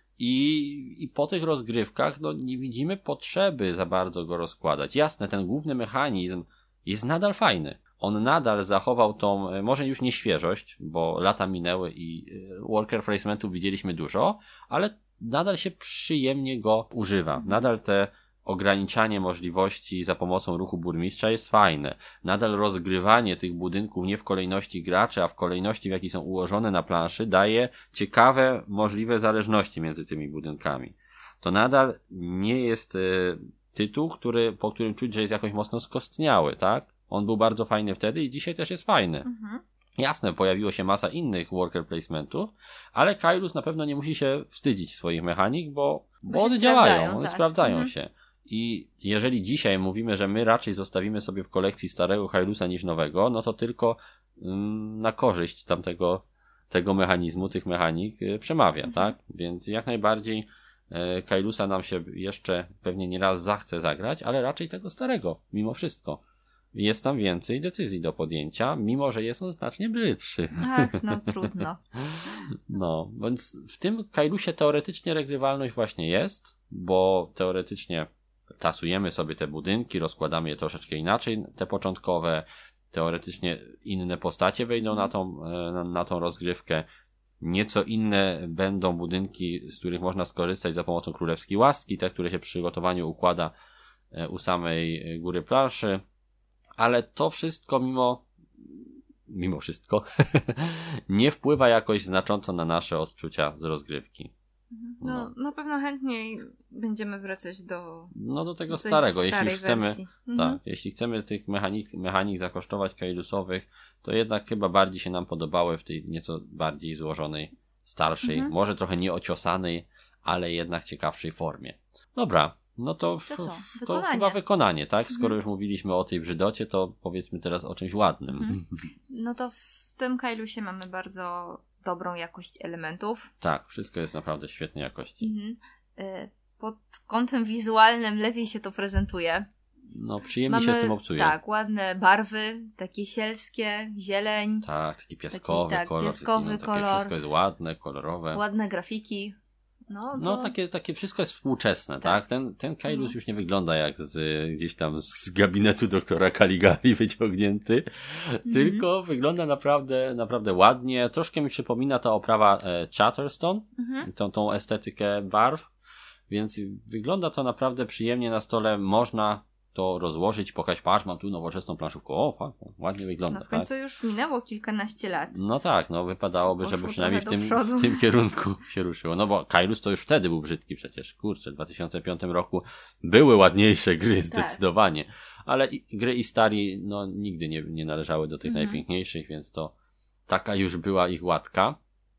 i po tych rozgrywkach no nie widzimy potrzeby za bardzo go rozkładać. Jasne, ten główny mechanizm jest nadal fajny. On nadal zachował tą, może już nie świeżość, bo lata minęły i worker placementów widzieliśmy dużo, ale nadal się przyjemnie go używa. Nadal te ograniczanie możliwości za pomocą ruchu burmistrza jest fajne. Nadal rozgrywanie tych budynków nie w kolejności graczy, a w kolejności, w jakiej są ułożone na planszy, daje ciekawe, możliwe zależności między tymi budynkami. To nadal nie jest tytuł, po którym czuć, że jest jakoś mocno skostniały, tak? On był bardzo fajny wtedy i dzisiaj też jest fajny. Jasne, pojawiło się masa innych worker placementów, ale Kailus na pewno nie musi się wstydzić swoich mechanik, bo one działają, one sprawdzają się. I jeżeli dzisiaj mówimy, że my raczej zostawimy sobie w kolekcji starego Kailusa niż nowego, no to tylko na korzyść tego mechanizmu, tych mechanik przemawia, tak? Więc jak najbardziej Kailusa nam się jeszcze pewnie nie raz zachce zagrać, ale raczej tego starego, mimo wszystko. Jest tam więcej decyzji do podjęcia, mimo że jest on znacznie brzydszy. Ach, no trudno. No, więc w tym Kailusie teoretycznie regrywalność właśnie jest, bo teoretycznie tasujemy sobie te budynki, rozkładamy je troszeczkę inaczej, te początkowe, teoretycznie inne postacie wejdą na tą rozgrywkę. Nieco inne będą budynki, z których można skorzystać za pomocą królewskiej łaski, te, które się przy przygotowaniu układa u samej góry planszy. Ale to wszystko mimo wszystko nie wpływa jakoś znacząco na nasze odczucia z rozgrywki. No, na pewno chętniej będziemy wracać do tego starego. Jeśli chcemy, jeśli chcemy tych mechanik zakosztować kailusowych, to jednak chyba bardziej się nam podobały w tej nieco bardziej złożonej, starszej, może trochę nieociosanej, ale jednak ciekawszej formie. Dobra. No to chyba wykonanie, tak? Skoro już mówiliśmy o tej brzydocie, to powiedzmy teraz o czymś ładnym. No to w tym Kailusie mamy bardzo dobrą jakość elementów. Tak, wszystko jest naprawdę świetnej jakości. Pod kątem wizualnym lepiej się to prezentuje. No, przyjemnie się z tym obcuje. Tak, ładne barwy, takie sielskie, zieleń. Tak, taki piaskowy kolor. Takie wszystko jest ładne, kolorowe. Ładne grafiki. No takie wszystko jest współczesne, tak? Ten Kailus już nie wygląda jak gdzieś tam z gabinetu doktora Caligari wyciągnięty, tylko wygląda naprawdę ładnie. Troszkę mi przypomina ta oprawa Chatterstone, tą estetykę barw, więc wygląda to naprawdę przyjemnie na stole. Można to rozłożyć, pokazać, patrz, mam tu nowoczesną planszówkę. O, fakt, ładnie wygląda. No w końcu już minęło kilkanaście lat. No tak, wypadałoby, żeby przynajmniej w tym kierunku się ruszyło. No bo Kailus to już wtedy był brzydki przecież. Kurczę, w 2005 roku były ładniejsze gry zdecydowanie. Ale gry i stari, nigdy nie należały do tych najpiękniejszych, więc to taka już była ich łatka.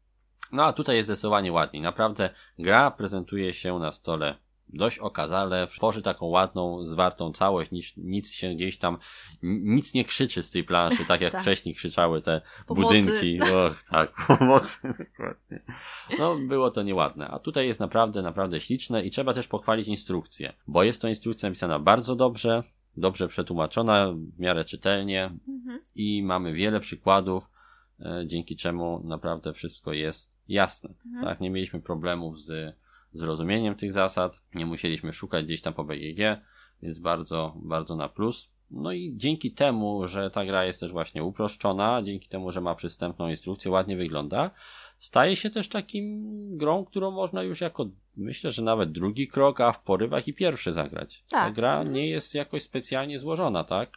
No a tutaj jest zdecydowanie ładniej. Naprawdę gra prezentuje się na stole dość okazale, tworzy taką ładną, zwartą całość, nic się gdzieś tam, nic nie krzyczy z tej planszy, tak jak wcześniej krzyczały te budynki. Och, tak, pomocy, dokładnie. Było to nieładne. A tutaj jest naprawdę śliczne i trzeba też pochwalić instrukcję, bo jest to instrukcja napisana bardzo dobrze przetłumaczona, w miarę czytelnie i mamy wiele przykładów, dzięki czemu naprawdę wszystko jest jasne. Tak, nie mieliśmy problemów z zrozumieniem tych zasad, nie musieliśmy szukać gdzieś tam po BGG, więc bardzo, bardzo na plus. No i dzięki temu, że ta gra jest też właśnie uproszczona, dzięki temu, że ma przystępną instrukcję, ładnie wygląda, staje się też takim grą, którą można już myślę, że nawet drugi krok, a w porywach i pierwszy zagrać. Tak. Ta gra nie jest jakoś specjalnie złożona, tak?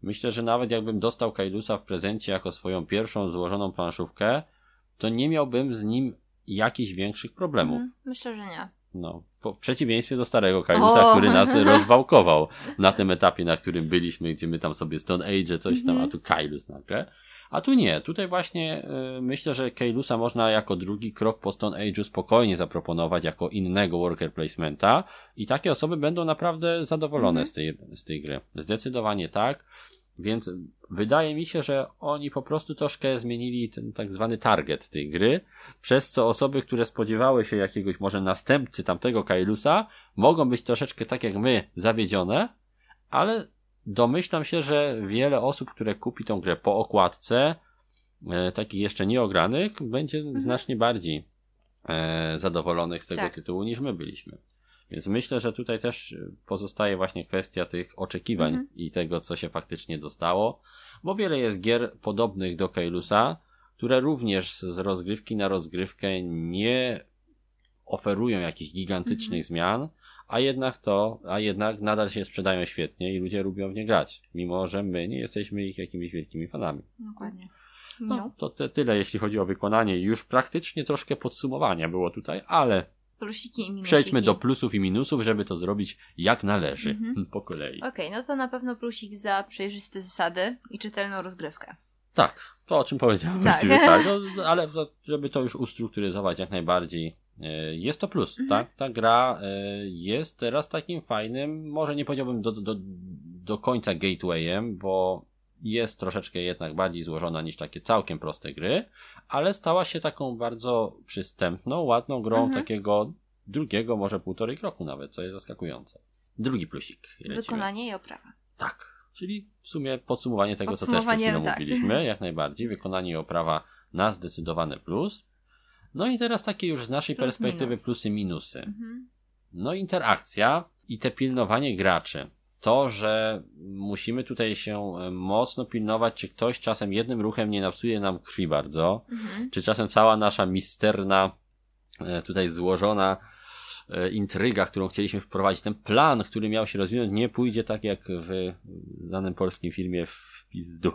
Myślę, że nawet jakbym dostał Kailusa w prezencie jako swoją pierwszą złożoną planszówkę, to nie miałbym z nim jakichś większych problemów. Myślę, że nie. No, w przeciwieństwie do starego Kailusa, który nas rozwałkował na tym etapie, na którym byliśmy, gdzie my tam sobie Stone Age, coś tam, a tu Kailus nagle. A tu nie, tutaj właśnie myślę, że Kailusa można jako drugi krok po Stone Age'u spokojnie zaproponować jako innego worker placementa i takie osoby będą naprawdę zadowolone z tej gry. Zdecydowanie tak, więc wydaje mi się, że oni po prostu troszkę zmienili ten tak zwany target tej gry, przez co osoby, które spodziewały się jakiegoś może następcy tamtego Kailusa, mogą być troszeczkę tak jak my zawiedzione, ale domyślam się, że wiele osób, które kupi tą grę po okładce, takich jeszcze nieogranych, będzie znacznie bardziej zadowolonych z tego tytułu niż my byliśmy. Więc myślę, że tutaj też pozostaje właśnie kwestia tych oczekiwań i tego, co się faktycznie dostało, bo wiele jest gier podobnych do Kailusa, które również z rozgrywki na rozgrywkę nie oferują jakichś gigantycznych zmian, a jednak nadal się sprzedają świetnie i ludzie lubią w nie grać, mimo że my nie jesteśmy ich jakimiś wielkimi fanami. Dokładnie. No, to tyle, jeśli chodzi o wykonanie. Już praktycznie troszkę podsumowania było tutaj, ale plusiki i minusiki. Przejdźmy do plusów i minusów, żeby to zrobić jak należy, po kolei. Okej, no to na pewno plusik za przejrzyste zasady i czytelną rozgrywkę. Tak, to o czym powiedziałem właściwie, tak. No, ale żeby to już ustrukturyzować jak najbardziej, jest to plus, tak? Ta gra jest teraz takim fajnym, może nie powiedziałbym do końca gatewayem, bo jest troszeczkę jednak bardziej złożona niż takie całkiem proste gry, ale stała się taką bardzo przystępną, ładną grą takiego drugiego, może półtorej kroku nawet, co jest zaskakujące. Drugi plusik. Wykonanie i oprawa. Tak, czyli w sumie podsumowanie tego, co też przed chwilą mówiliśmy, jak najbardziej. Wykonanie i oprawa na zdecydowany plus. No i teraz takie już z naszej perspektywy plusy, minusy. No interakcja i te pilnowanie graczy. To, że musimy tutaj się mocno pilnować, czy ktoś czasem jednym ruchem nie napsuje nam krwi bardzo, czy czasem cała nasza misterna, tutaj złożona intryga, którą chcieliśmy wprowadzić, ten plan, który miał się rozwinąć, nie pójdzie tak jak w danym polskim filmie w pizdu.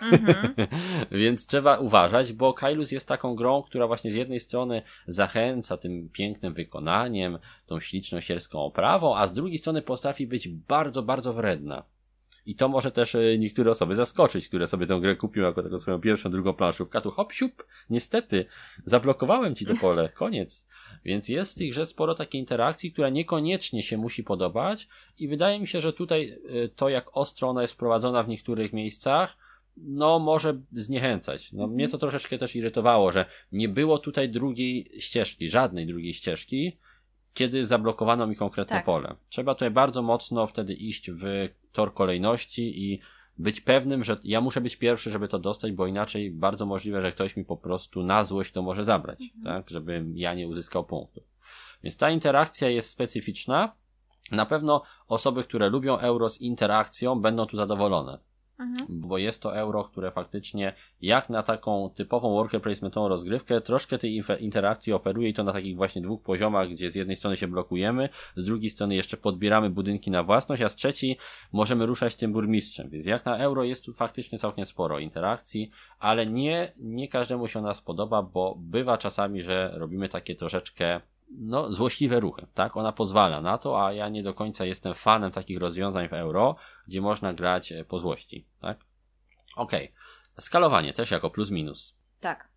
Więc trzeba uważać, bo Kailus jest taką grą, która właśnie z jednej strony zachęca tym pięknym wykonaniem, tą śliczną sierską oprawą, a z drugiej strony potrafi być bardzo, bardzo wredna. I to może też niektóre osoby zaskoczyć, które sobie tę grę kupiły jako taką swoją pierwszą, drugą planszówkę. Tu hop, siup, niestety, zablokowałem ci to pole, koniec. Więc jest w tej grze sporo takiej interakcji, która niekoniecznie się musi podobać i wydaje mi się, że tutaj to, jak ostro ona jest wprowadzona w niektórych miejscach, no może zniechęcać. No mnie to troszeczkę też irytowało, że nie było tutaj drugiej ścieżki, żadnej drugiej ścieżki, kiedy zablokowano mi konkretne pole. Trzeba tutaj bardzo mocno wtedy iść w tor kolejności i być pewnym, że ja muszę być pierwszy, żeby to dostać, bo inaczej bardzo możliwe, że ktoś mi po prostu na złość to może zabrać, tak, żebym ja nie uzyskał punktów. Więc ta interakcja jest specyficzna. Na pewno osoby, które lubią euro z interakcją, będą tu zadowolone. Bo jest to euro, które faktycznie jak na taką typową worker placementową rozgrywkę troszkę tej interakcji oferuje i to na takich właśnie dwóch poziomach, gdzie z jednej strony się blokujemy, z drugiej strony jeszcze podbieramy budynki na własność, a z trzeciej możemy ruszać tym burmistrzem. Więc jak na euro jest tu faktycznie całkiem sporo interakcji, ale nie każdemu się ona spodoba, bo bywa czasami, że robimy takie troszeczkę złośliwe ruchy, tak? Ona pozwala na to, a ja nie do końca jestem fanem takich rozwiązań w euro, gdzie można grać po złości, tak? Okej. Skalowanie też jako plus minus. Tak.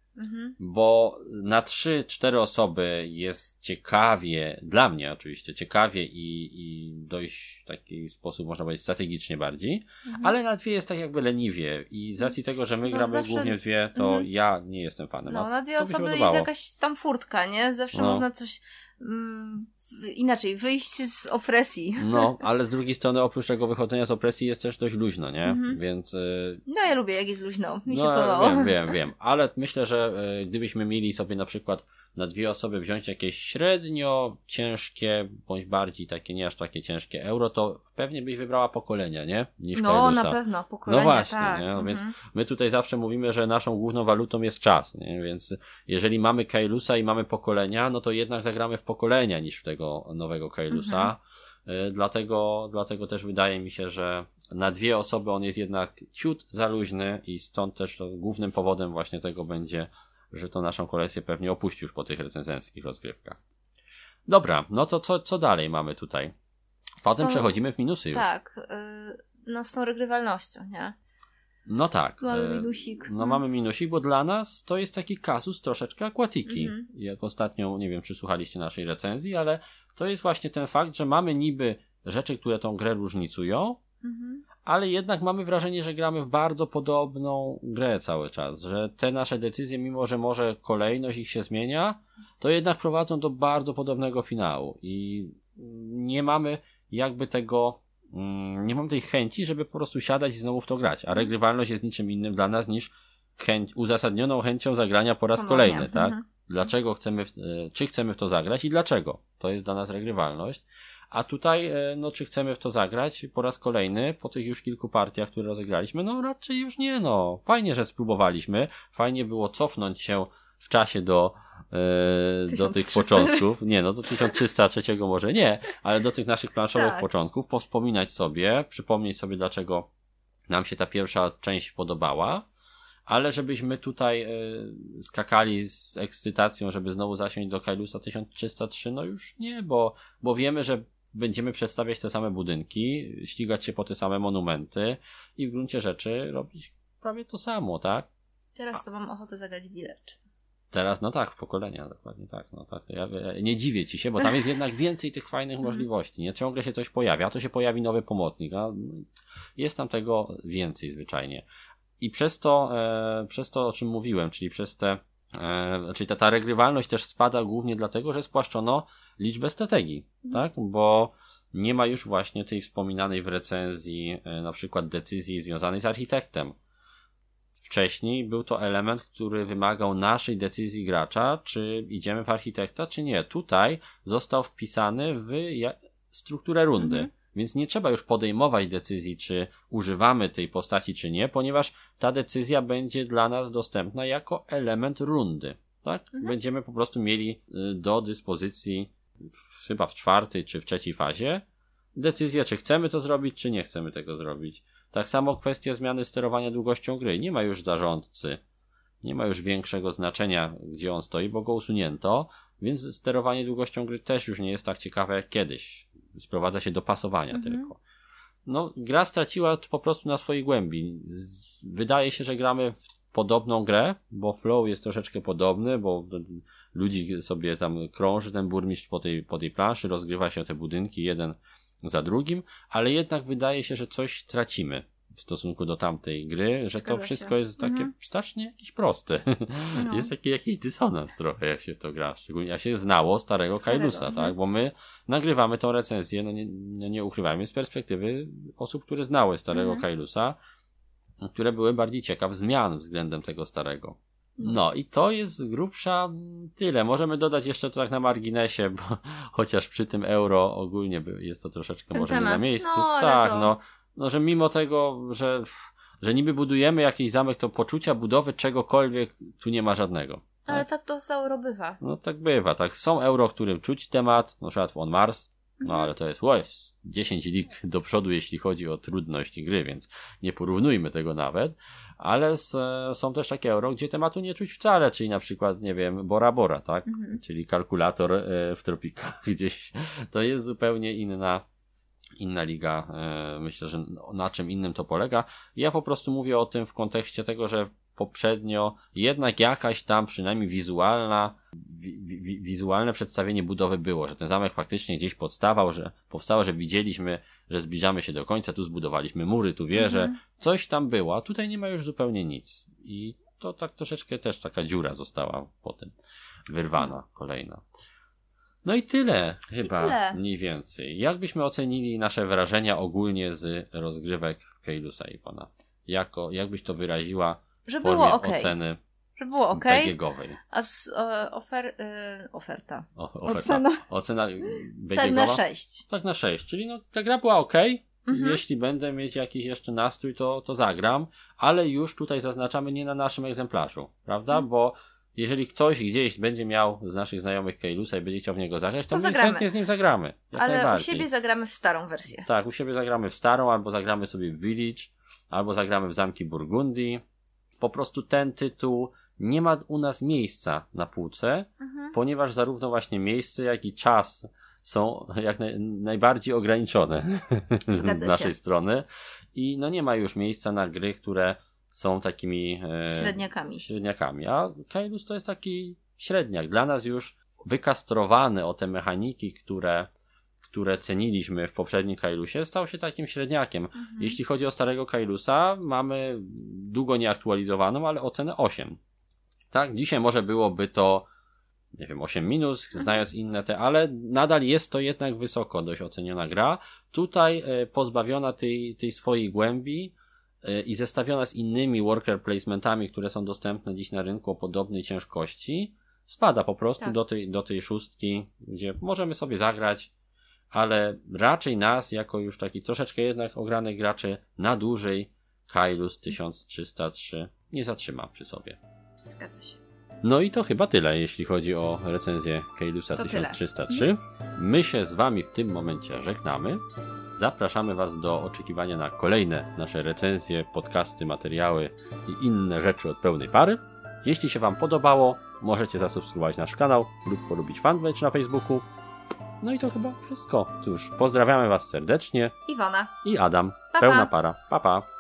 Bo na 3-4 osoby jest ciekawie, dla mnie oczywiście ciekawie i dość w taki sposób można powiedzieć strategicznie bardziej, ale na 2 jest tak jakby leniwie i z racji tego, że my gramy zawsze głównie w 2, to ja nie jestem fanem. Na 2 osoby jest jakaś tam furtka, nie? Zawsze można coś inaczej, wyjść z opresji. No, ale z drugiej strony oprócz tego wychodzenia z opresji jest też dość luźno, nie? Więc... No ja lubię jak jest luźno, mi się podobało. Wiem, ale myślę, że gdybyśmy mieli sobie na przykład na 2 osoby wziąć jakieś średnio ciężkie, bądź bardziej takie, nie aż takie ciężkie euro, to pewnie byś wybrała pokolenia, nie? Niż Kailusa. Na pewno, pokolenia, no właśnie, tak. Nie? No więc my tutaj zawsze mówimy, że naszą główną walutą jest czas, nie? Więc jeżeli mamy Kailusa i mamy pokolenia, no to jednak zagramy w pokolenia niż w tego nowego Kailusa. Dlatego też wydaje mi się, że na 2 osoby on jest jednak ciut za luźny i stąd też głównym powodem właśnie tego będzie, że to naszą kolekcję pewnie opuści już po tych recenzenckich rozgrywkach. Dobra, no to co dalej mamy tutaj? Potem przechodzimy w minusy już. Tak, no z tą regrywalnością, nie? No tak. Mamy minusik. No mamy minusik, bo dla nas to jest taki kasus troszeczkę Aquatiki. Jak ostatnio, nie wiem, czy słuchaliście naszej recenzji, ale to jest właśnie ten fakt, że mamy niby rzeczy, które tą grę różnicują, ale jednak mamy wrażenie, że gramy w bardzo podobną grę cały czas, że te nasze decyzje, mimo że może kolejność ich się zmienia, to jednak prowadzą do bardzo podobnego finału i nie mamy jakby tego, nie mam tej chęci, żeby po prostu siadać i znowu w to grać, a regrywalność jest niczym innym dla nas niż uzasadnioną chęcią zagrania po raz kolejny, tak? Dlaczego czy chcemy w to zagrać i dlaczego? To jest dla nas regrywalność. A tutaj, no czy chcemy w to zagrać po raz kolejny, po tych już kilku partiach, które rozegraliśmy? No raczej już nie, no. Fajnie, że spróbowaliśmy. Fajnie było cofnąć się w czasie do tych początków. Nie, no do 1303 może nie, ale do tych naszych planszowych początków, powspominać sobie, przypomnieć sobie, dlaczego nam się ta pierwsza część podobała, ale żebyśmy tutaj skakali z ekscytacją, żeby znowu zasiąść do Kailusa 1303, no już nie, bo wiemy, że będziemy przedstawiać te same budynki, ścigać się po te same monumenty i w gruncie rzeczy robić prawie to samo, tak? Teraz to mam ochotę zagrać Village. Teraz, no tak, w pokolenia, dokładnie tak. No tak, ja nie dziwię ci się, bo tam jest jednak więcej tych fajnych możliwości, nie? Ciągle się coś pojawia, to się pojawi nowy pomocnik, a jest tam tego więcej zwyczajnie. I przez to, o czym mówiłem, czyli czyli ta regrywalność też spada głównie dlatego, że spłaszczono liczbę strategii, tak? Bo nie ma już właśnie tej wspominanej w recenzji na przykład decyzji związanej z architektem. Wcześniej był to element, który wymagał naszej decyzji gracza, czy idziemy w architekta, czy nie. Tutaj został wpisany w strukturę rundy. Więc nie trzeba już podejmować decyzji, czy używamy tej postaci, czy nie, ponieważ ta decyzja będzie dla nas dostępna jako element rundy. Tak? Będziemy po prostu mieli do dyspozycji chyba w 4. czy w 3. fazie decyzję, czy chcemy to zrobić, czy nie chcemy tego zrobić. Tak samo kwestia zmiany sterowania długością gry. Nie ma już zarządcy. Nie ma już większego znaczenia, gdzie on stoi, bo go usunięto, więc sterowanie długością gry też już nie jest tak ciekawe jak kiedyś. Sprowadza się do pasowania tylko. No, gra straciła po prostu na swojej głębi. Wydaje się, że gramy w podobną grę, bo flow jest troszeczkę podobny, bo ludzi sobie tam krąży ten burmistrz po tej planszy, rozgrywa się te budynki jeden za drugim, ale jednak wydaje się, że coś tracimy w stosunku do tamtej gry, że to wszystko jest takie strasznie jakieś proste. No. Jest taki jakiś dysonans trochę, jak się w to gra. Szczególnie jak się znało starego Kailusa, tak? Bo my nagrywamy tą recenzję, nie ukrywajmy, z perspektywy osób, które znały starego Kailusa, które były bardziej ciekaw zmian względem tego starego. No i to jest z grubsza tyle. Możemy dodać jeszcze to tak na marginesie, bo chociaż przy tym euro ogólnie jest to troszeczkę ten może temat. Nie na miejscu. No, tak, no, że mimo tego, że niby budujemy jakiś zamek, to poczucia budowy czegokolwiek tu nie ma żadnego. Ale tak to z euro bywa. No tak bywa, tak. Są euro, w którym czuć temat, na przykład w On Mars, no ale to jest 10 lig do przodu, jeśli chodzi o trudność gry, więc nie porównujmy tego nawet. Ale są też takie euro, gdzie tematu nie czuć wcale, czyli na przykład, nie wiem, Bora Bora, tak? Czyli kalkulator w tropikach gdzieś. To jest zupełnie inna liga. Myślę, że na czym innym to polega. Ja po prostu mówię o tym w kontekście tego, że poprzednio jednak jakaś tam przynajmniej wizualne przedstawienie budowy było, że ten zamek faktycznie gdzieś powstawał, że widzieliśmy, że zbliżamy się do końca, tu zbudowaliśmy mury, tu wieże, coś tam było, a tutaj nie ma już zupełnie nic. I to tak troszeczkę też taka dziura została potem wyrwana, kolejna. No i tyle chyba, mniej więcej. Jak byśmy ocenili nasze wrażenia ogólnie z rozgrywek Kailusa i Pana? Jak byś to wyraziła w formie oceny? Że było okej. BGG-owej. A z oferta. Ocena BGG-owa? Tak na 6. Tak na 6, czyli no ta gra była okej. Jeśli będę mieć jakiś jeszcze nastrój, to zagram, ale już tutaj zaznaczamy nie na naszym egzemplarzu, prawda? Bo jeżeli ktoś gdzieś będzie miał z naszych znajomych Kailusa i będzie chciał w niego zagrać, to my zagramy. chętnie z nim zagramy. Ale u siebie zagramy w starą wersję. Tak, u siebie zagramy w starą, albo zagramy sobie w Village, albo zagramy w Zamki Burgundii. Po prostu ten tytuł nie ma u nas miejsca na półce, ponieważ zarówno właśnie miejsce, jak i czas są jak najbardziej ograniczone z naszej strony. I no nie ma już miejsca na gry, które są takimi średniakami. A Kailus to jest taki średniak. Dla nas już wykastrowany o te mechaniki, które ceniliśmy w poprzednim Kailusie, stał się takim średniakiem. Jeśli chodzi o starego Kailusa, mamy długo nieaktualizowaną, ale ocenę 8. Tak? Dzisiaj może byłoby to, nie wiem, 8-, znając inne ale nadal jest to jednak wysoko dość oceniona gra. Tutaj pozbawiona tej swojej głębi i zestawiona z innymi worker placementami, które są dostępne dziś na rynku o podobnej ciężkości, spada po prostu do tej 6, gdzie możemy sobie zagrać, ale raczej nas, jako już taki troszeczkę jednak ogranych graczy, na dłużej Kailus 1303 nie zatrzyma przy sobie. Zgadza się. No i to chyba tyle, jeśli chodzi o recenzję Kailusa 1303. My się z wami w tym momencie żegnamy. Zapraszamy was do oczekiwania na kolejne nasze recenzje, podcasty, materiały i inne rzeczy od pełnej pary. Jeśli się wam podobało, możecie zasubskrybować nasz kanał lub polubić fanpage na Facebooku. No i to chyba wszystko. Cóż, pozdrawiamy was serdecznie. Iwona i Adam. Pa, Pełna pa. para. Pa, pa.